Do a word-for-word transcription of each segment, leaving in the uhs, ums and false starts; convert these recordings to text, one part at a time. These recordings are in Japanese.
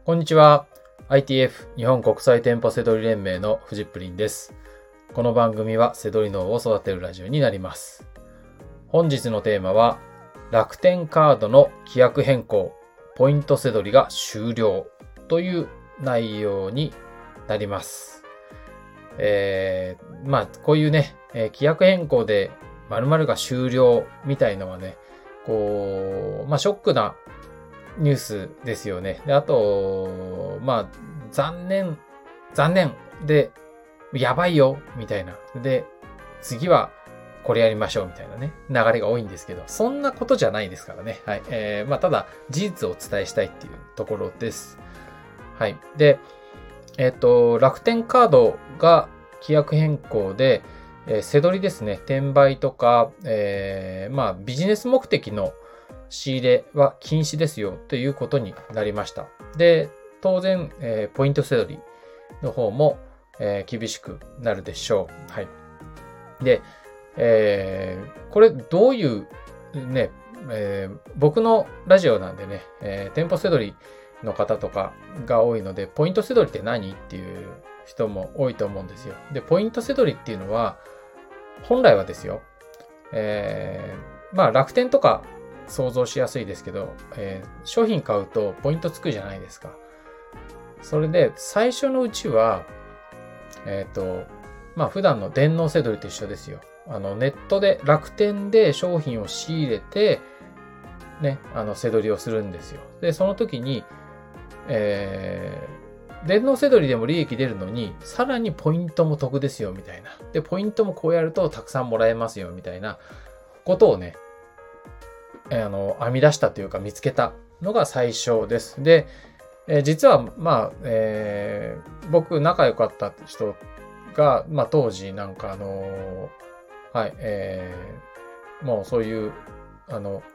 こんにちは。アイティーエフ 日本国際店舗セドリ連盟のフジップリンです。この番組はセドリ脳を育てるラジオになります。本日のテーマは楽天カードの規約変更、ポイントセドリが終了という内容になります。えー、まあこういうね、えー、規約変更で〇〇が終了みたいのはね、こう、まあショックなニュースですよね。で、あと、まあ、残念、残念で、やばいよ、みたいな。で、次はこれやりましょう、みたいなね、流れが多いんですけど、そんなことじゃないですからね。はい。えー、まあ、ただ、事実をお伝えしたいっていうところです。はい。で、えっと、楽天カードが規約変更で、えー、セドリですね、転売とか、えー、まあ、ビジネス目的の仕入れは禁止ですよということになりました。で、当然、えー、ポイントセドリの方も、えー、厳しくなるでしょう。はい。で、えー、これどういうね、えー、僕のラジオなんでね、えー、店舗セドリの方とかが多いので、ポイントセドリって何っていう人も多いと思うんですよ。で、ポイントセドリっていうのは、本来はですよ、えー、まあ楽天とか想像しやすいですけど、えー、商品買うとポイントつくじゃないですか。それで最初のうちは、えっと、まあ普段の電脳セドリと一緒ですよ。あのネットで楽天で商品を仕入れて、ね、あのセドリをするんですよ。で、その時に、えー、電脳セドリでも利益出るのに、さらにポイントも得ですよ、みたいな。で、ポイントもこうやるとたくさんもらえますよ、みたいなことをね、あの、編み出したというか見つけたのが最初です。で、えー、実は、まあ、えー、僕仲良かった人が、まあ当時なんかあのー、はい、えー、もうそういう、あの、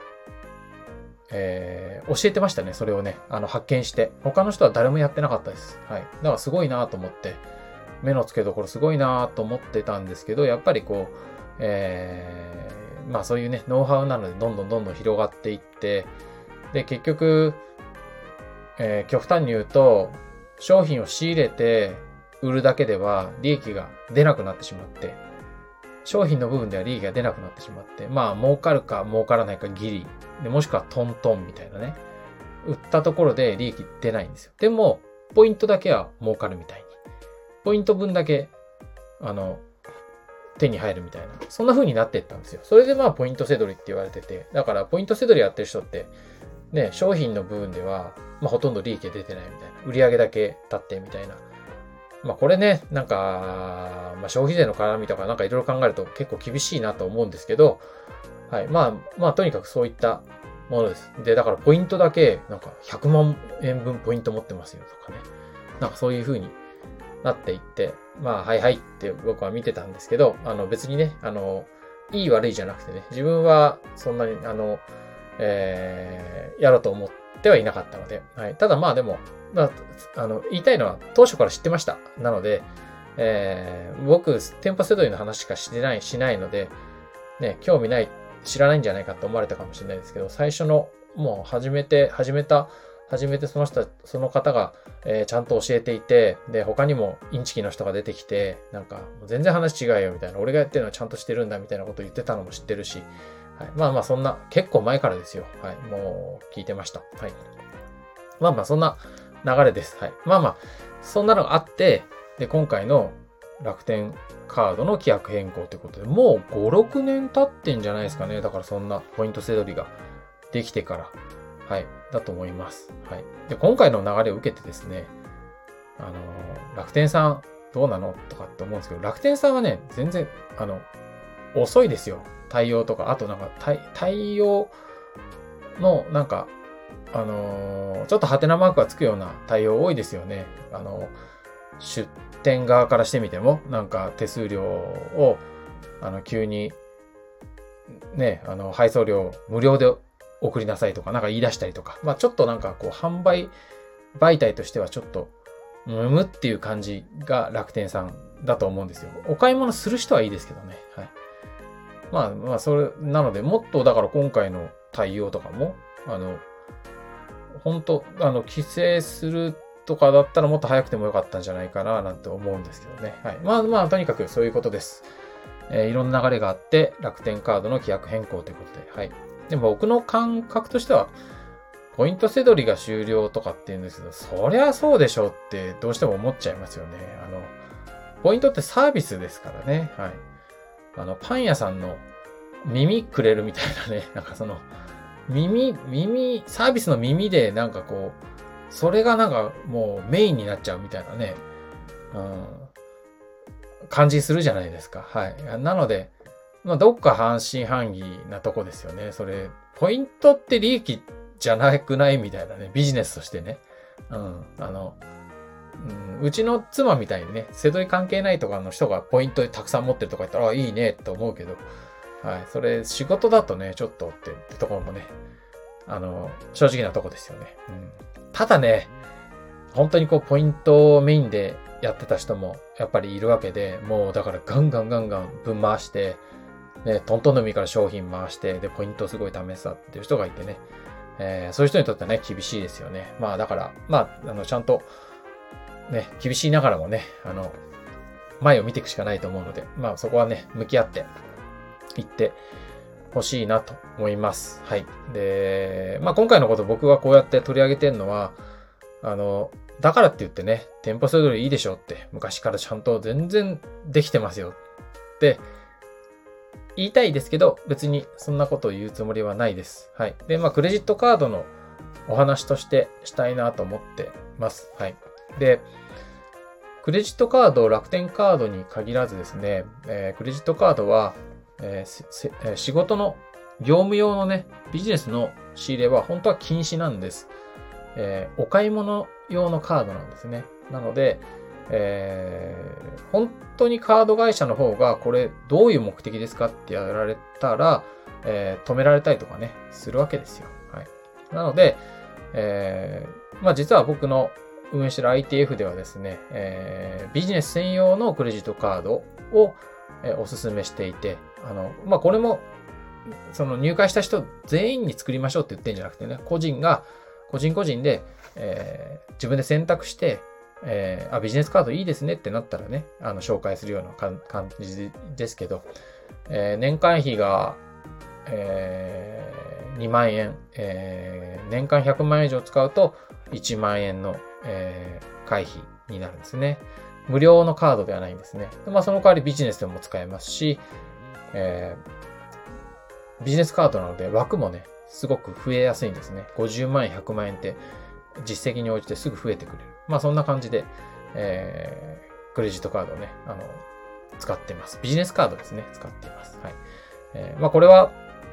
えー、教えてましたね、それをね、あの、発見して。他の人は誰もやってなかったです。はい。だからすごいなと思って、目の付けどころすごいなと思ってたんですけど、やっぱりこう、えー、まあそういうね、ノウハウなのでどんどんどんどん広がっていって、で、結局、えー、極端に言うと、商品を仕入れて売るだけでは利益が出なくなってしまって、商品の部分では利益が出なくなってしまって、まあ儲かるか儲からないかギリ、でもしくはトントンみたいなね、売ったところで利益出ないんですよ。でも、ポイントだけは儲かるみたいに。ポイント分だけ、あの、手に入るみたいな。そんな風になっていったんですよ。それでまあ、ポイントセドリって言われてて。だから、ポイントセドリやってる人って、ね、商品の部分では、まあ、ほとんど利益が出てないみたいな。売上だけ立ってみたいな。まあ、これね、なんか、まあ、消費税の絡みとかなんかいろいろ考えると結構厳しいなと思うんですけど、はい。まあ、まあ、とにかくそういったものです。で、だからポイントだけ、なんかひゃくまんえんぶんポイント持ってますよとかね。なんかそういう風になっていって、まあ、はいはいって僕は見てたんですけど、あの別にね、あの、いい悪いじゃなくてね、自分はそんなに、あの、えー、やろうと思ってはいなかったので、はい。ただまあでも、まあ、あの、言いたいのは当初から知ってました。なので、えー、僕、店舗セドリの話しかしてない、しないので、ね、興味ない、知らないんじゃないかと思われたかもしれないですけど、最初の、もう始めて、始めた、初めてその人、その方が、えー、ちゃんと教えていて、で、他にもインチキの人が出てきて、なんか、全然話違うよみたいな、俺がやってるのはちゃんとしてるんだみたいなことを言ってたのも知ってるし、はい、まあまあそんな、結構前からですよ。はい、もう聞いてました。はい。まあまあそんな流れです。はい。まあまあ、そんなのがあって、で、今回の楽天カードの規約変更ということで、もうご、ろくねん経ってんじゃないですかね。だからそんなポイントセドリができてから。はい。だと思います。はい。で、今回の流れを受けてですね、あのー、楽天さんどうなのとかって思うんですけど、楽天さんはね、全然、あの、遅いですよ。対応とか。あとなんか、対、対応の、なんか、あのー、ちょっとハテナマークがつくような対応多いですよね。あのー、出店側からしてみても、なんか手数料を、あの、急に、ね、あの、配送料無料で送りなさいとか、なんか言い出したりとか、まあちょっとなんかこう、販売媒体としてはちょっと、むむっていう感じが楽天さんだと思うんですよ。お買い物する人はいいですけどね。はい。まあまあ、それ、なので、もっとだから今回の対応とかも、あの、 本当あの、帰省するとかだったらもっと早くてもよかったんじゃないかな、なんて思うんですけどね。はい。まあまあ、とにかくそういうことです。えー、いろんな流れがあって、楽天カードの規約変更ということで、はい。でも僕の感覚としては、ポイントせどりが終了とかって言うんですけど、そりゃそうでしょうってどうしても思っちゃいますよね。あの、ポイントってサービスですからね。はい。あの、パン屋さんの耳くれるみたいなね、なんかその、耳、耳、サービスの耳でなんかこう、それがなんかもうメインになっちゃうみたいなね、うん、感じするじゃないですか。はい。なので、まあ、どっか半信半疑なとこですよね。それ、ポイントって利益じゃなくないみたいなね、ビジネスとしてね。うん。あの、うん、うちの妻みたいにね、せどり関係ないとかの人がポイントたくさん持ってるとか言ったら、あ、いいねって思うけど、はい。それ、仕事だとね、ちょっとって、ってところもね、あの、正直なとこですよね。うん。ただね、本当にこう、ポイントをメインでやってた人も、やっぱりいるわけで、もう、だからガンガンガンガン分回して、ね、トントンのみから商品回して、で、ポイントをすごい試したっていう人がいてね、えー、そういう人にとってはね、厳しいですよね。まあ、だから、まあ、あの、ちゃんと、ね、厳しいながらもね、あの、前を見ていくしかないと思うので、まあ、そこはね、向き合って、いってほしいなと思います。はい。で、まあ今回のこと僕はこうやって取り上げてるのは、あの、だからって言ってね、店舗それぞれいいでしょって、昔からちゃんと全然できてますよって言いたいですけど、別にそんなことを言うつもりはないです。はい。で、まあクレジットカードのお話としてしたいなと思ってます。はい。で、クレジットカード、楽天カードに限らずですね、えー、クレジットカードは、えー、仕事の業務用のね、ビジネスの仕入れは本当は禁止なんです。えー、お買い物用のカードなんですね。なので、えー、本当にカード会社の方がこれどういう目的ですかってやられたら、えー、止められたりとかね、するわけですよ。はい。なので、えー、まあ実は僕の運営している アイティーエフ ではですね、えー、ビジネス専用のクレジットカードをお勧めしていて、あの、まあ、これも、その入会した人全員に作りましょうって言ってんじゃなくてね、個人が、個人個人で、えー、自分で選択して、えー、あ、ビジネスカードいいですねってなったらね、あの、紹介するような感じですけど、えー、年間費が、えー、にまんえん、えー、年間ひゃくまんえん以上使うといちまんえんの、えー、会費になるんですね。無料のカードではないんですね。まあ、その代わりビジネスでも使えますし、えー、ビジネスカードなので枠もね、すごく増えやすいんですね。ごじゅうまんえん、ひゃくまんえんって実績に応じてすぐ増えてくれる。まあそんな感じで、えー、クレジットカードをね、あの、使っています。ビジネスカードですね、使っています。はい。えー、まあこれは、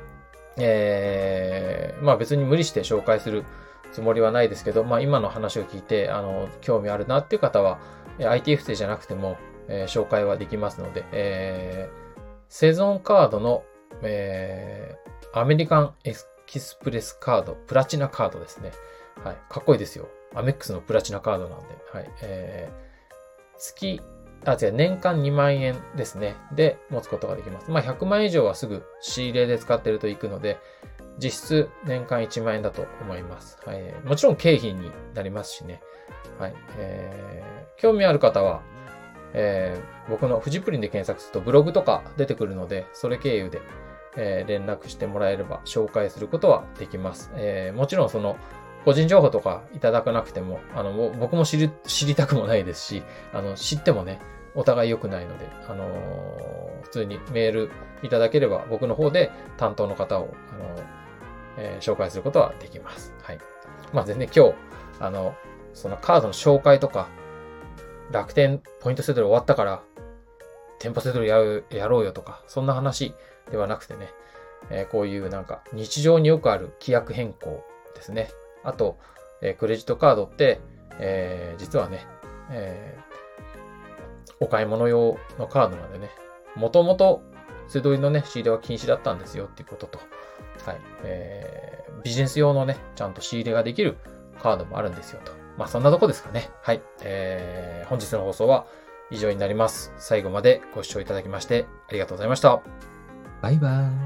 えー、まあ別に無理して紹介するつもりはないですけど、まあ今の話を聞いて、あの、興味あるなっていう方は、アイティーエフ 生じゃなくても、えー、紹介はできますので、えー、セゾンカードの、えー、アメリカンエキスプレスカード、プラチナカードですね。はい。かっこいいですよ。アメックスのプラチナカードなんで。はい。えー、月、あ、違う、年間にまんえんですね。で、持つことができます。まあ、ひゃくまんえん以上はすぐ仕入れで使ってるといくので、実質年間いちまんえんだと思います。はい。もちろん経費になりますしね。はい。えー、興味ある方は、えー、僕のフジプリンで検索するとブログとか出てくるので、それ経由で、えー、連絡してもらえれば紹介することはできます。えー、もちろんその、個人情報とかいただかなくても、あの、僕も知り、知りたくもないですし、あの、知ってもね、お互い良くないので、あのー、普通にメールいただければ僕の方で担当の方を、あのーえー、紹介することはできます。はい。まあ全然今日、あの、そのカードの紹介とか、楽天ポイントセドル終わったから、店舗セドルやる、やろうよとか、そんな話ではなくてね、えー、こういうなんか日常によくある規約変更ですね。あと、えー、クレジットカードって、えー、実はね、えー、お買い物用のカードなんでね、もともとセドリのね、仕入れは禁止だったんですよっていうことと、はい、えー、ビジネス用のね、ちゃんと仕入れができるカードもあるんですよと。まあそんなとこですかね。はい。えー、本日の放送は以上になります。最後までご視聴いただきましてありがとうございました。バイバーイ。